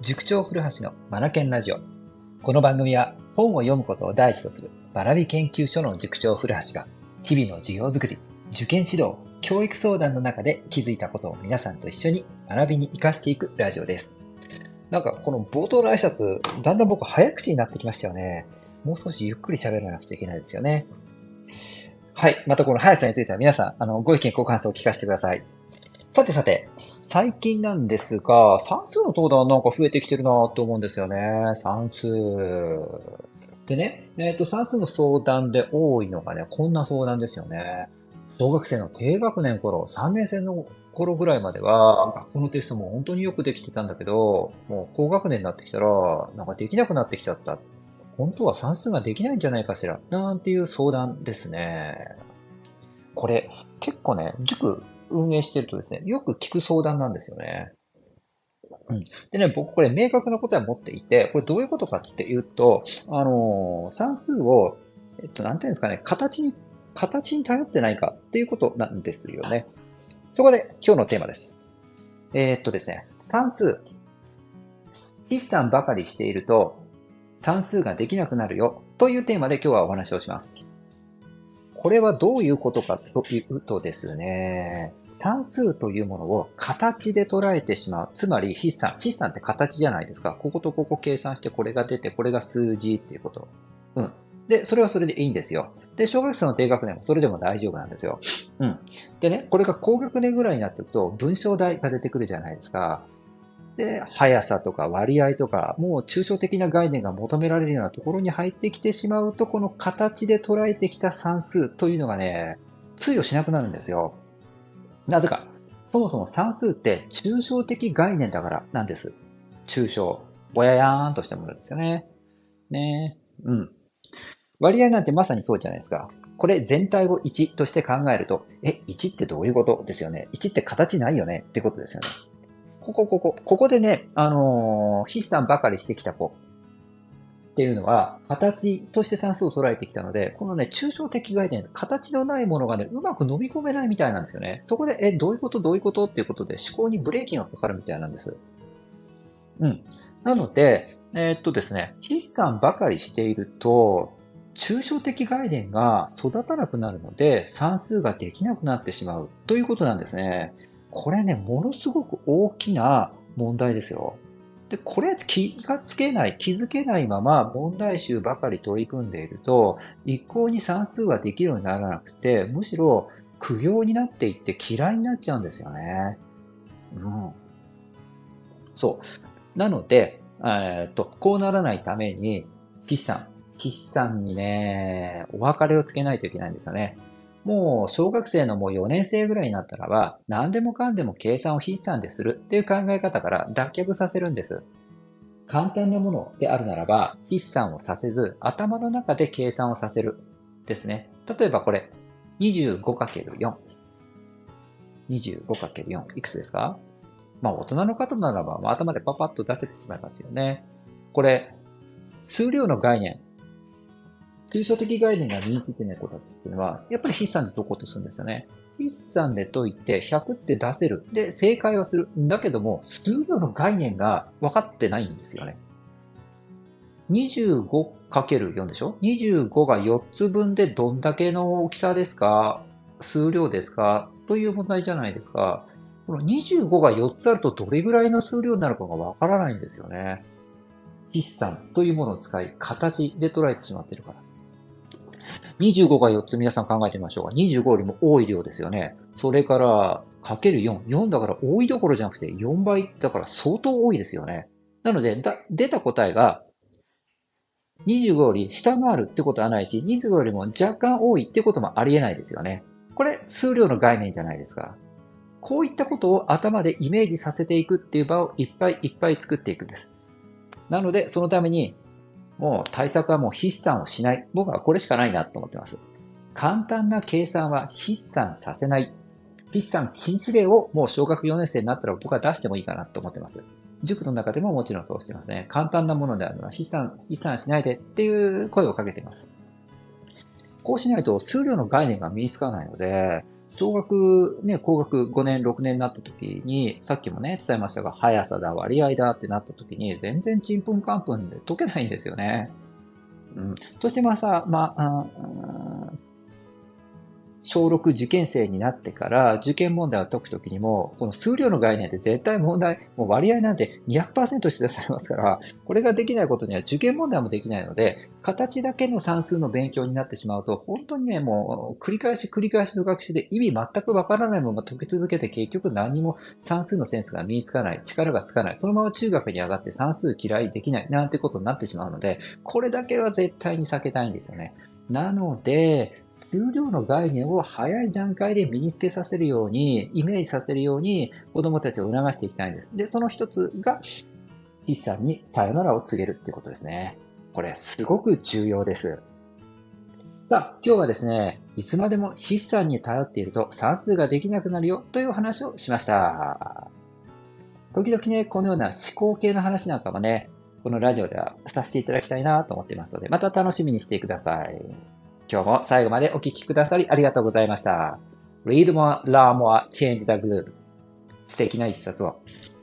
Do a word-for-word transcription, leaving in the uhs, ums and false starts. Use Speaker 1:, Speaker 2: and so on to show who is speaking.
Speaker 1: 塾長古橋のマナケンラジオ。この番組は本を読むことを第一とする学び研究所の塾長古橋が日々の授業づくり、受験指導、教育相談の中で気づいたことを皆さんと一緒に学びに活かしていくラジオです。なんかこの冒頭の挨拶、だんだん僕早口になってきましたよね。もう少しゆっくり喋らなくちゃいけないですよね。はい。またこの速さについては皆さん、あの、ご意見ご感想を聞かせてください。さてさて、最近なんですが、算数の相談なんか増えてきてるなと思うんですよね。算数。でね、えっと、算数の相談で多いのがね、こんな相談ですよね。小学生の低学年頃、さんねん生の頃ぐらいまでは、学校のテストも本当によくできてたんだけど、もう高学年になってきたら、なんかできなくなってきちゃった。本当は算数ができないんじゃないかしら、なんていう相談ですね。これ、結構ね、塾運営してるとですね、よく聞く相談なんですよね。うん。でね、僕これ明確な答えを持っていて、これどういうことかっていうと、あのー算数を、えっと、なんていうんですかね、形に、形に頼ってないかっていうことなんですよね。そこで今日のテーマです。えーっとですね、算数、筆算ばかりしていると算数ができなくなるよというテーマで今日はお話をします。これはどういうことかというとですね、算数というものを形で捉えてしまう。つまり筆算。筆算って形じゃないですか。こことここ計算してこれが出て、これが数字っていうこと。うん。で、それはそれでいいんですよ。で、小学生の低学年もそれでも大丈夫なんですよ。うん。でね、これが高学年ぐらいになっていくと文章題が出てくるじゃないですか。で、速さとか割合とか、もう抽象的な概念が求められるようなところに入ってきてしまうと、この形で捉えてきた算数というのがね、通用しなくなるんですよ。なぜか。そもそも算数って抽象的概念だからなんです。抽象。ぼややーんとしたものですよね。ねえ。うん。割合なんてまさにそうじゃないですか。これ全体をいちとして考えると、え、いちってどういうことですよね。いちって形ないよねってことですよね。ここ、ここ、ここでね、あのー筆算ばかりしてきた子っていうのは、形として算数を捉えてきたので、このね、抽象的概念、形のないものがね、うまく飲み込めないみたいなんですよね。そこで、え、どういうことどういうことっていうことで思考にブレーキがかかるみたいなんです。うん。なので、えーっとですね、筆算ばかりしていると、抽象的概念が育たなくなるので、算数ができなくなってしまうということなんですね。これね、ものすごく大きな問題ですよ。で、これ気がつけない、気づけないまま問題集ばかり取り組んでいると、一向に算数ができるようにならなくて、むしろ苦行になっていって嫌いになっちゃうんですよね。うん。そう。なので、えっと、こうならないために、筆算。筆算にね、お別れをつけないといけないんですよね。もう、小学生のもうよねん生ぐらいになったらば、何でもかんでも計算を筆算でするっていう考え方から脱却させるんです。簡単なものであるならば、筆算をさせず、頭の中で計算をさせる。ですね。例えばこれ、にじゅうごかけるよん。にじゅうごかけるよん。いくつですか？まあ大人の方ならば、まあ、頭でパパッと出せてしまいますよね。これ、数量の概念、抽象的概念が身についてない子たちっていうのは、やっぱり筆算で解こうとするんですよね。筆算で解いてひゃくって出せる。で、正解はする。だけども、数量の概念が分かってないんですよね。にじゅうごかけるよん でしょ？ にじゅうご がよっつぶんでどんだけの大きさですか？数量ですか？という問題じゃないですか。このにじゅうごがよっつあるとどれぐらいの数量になるかがわからないんですよね。筆算というものを使い、形で捉えてしまっているから。にじゅうごがよっつ皆さん考えてみましょうか。にじゅうごよりも多い量ですよね。それから、かけるよん。よんだから多いどころじゃなくてよんばいだから相当多いですよね。なので、だ出た答えがにじゅうごより下回るってことはないし、にじゅうごよりも若干多いってこともありえないですよね。これ、数量の概念じゃないですか。こういったことを頭でイメージさせていくっていう場をいっぱいいっぱい作っていくんです。なので、そのために、もう対策はもう筆算をしない。僕はこれしかないなと思ってます。簡単な計算は筆算させない。筆算禁止令をもう小学よねん生になったら僕は出してもいいかなと思ってます。塾の中でももちろんそうしてますね。簡単なものであるのは筆算、筆算しないでっていう声をかけています。こうしないと数量の概念が身につかないので、 小学、ね、高学ごねん、ろくねんになった時に、さっきもね、伝えましたが、速さだ、割合だってなった時に、全然ちんぷんかんぷんで解けないんですよね。うん。そしてまあさ、まあ、あ小ろく受験生になってから受験問題を解くときにも、この数量の概念で絶対問題、もう割合なんてにひゃくパーセント出題されますから、これができないことには受験問題もできないので、形だけの算数の勉強になってしまうと、本当にね、もう繰り返し繰り返しの学習で意味全くわからないまま解き続けて結局何にも算数のセンスが身につかない、力がつかない、そのまま中学に上がって算数嫌いできないなんてことになってしまうので、これだけは絶対に避けたいんですよね。なので、数量の概念を早い段階で身につけさせるように、イメージさせるように子供たちを促していきたいんです。で、その一つが、筆算にさよならを告げるっていうことですね。これ、すごく重要です。さあ、今日はですね、いつまでも筆算に頼っていると算数ができなくなるよというお話をしました。時々ね、このような思考系の話なんかもね、このラジオではさせていただきたいなと思っていますので、また楽しみにしてください。今日も最後までお聞きくださりありがとうございました。Read more, learn more, change the group. 素敵な一冊を。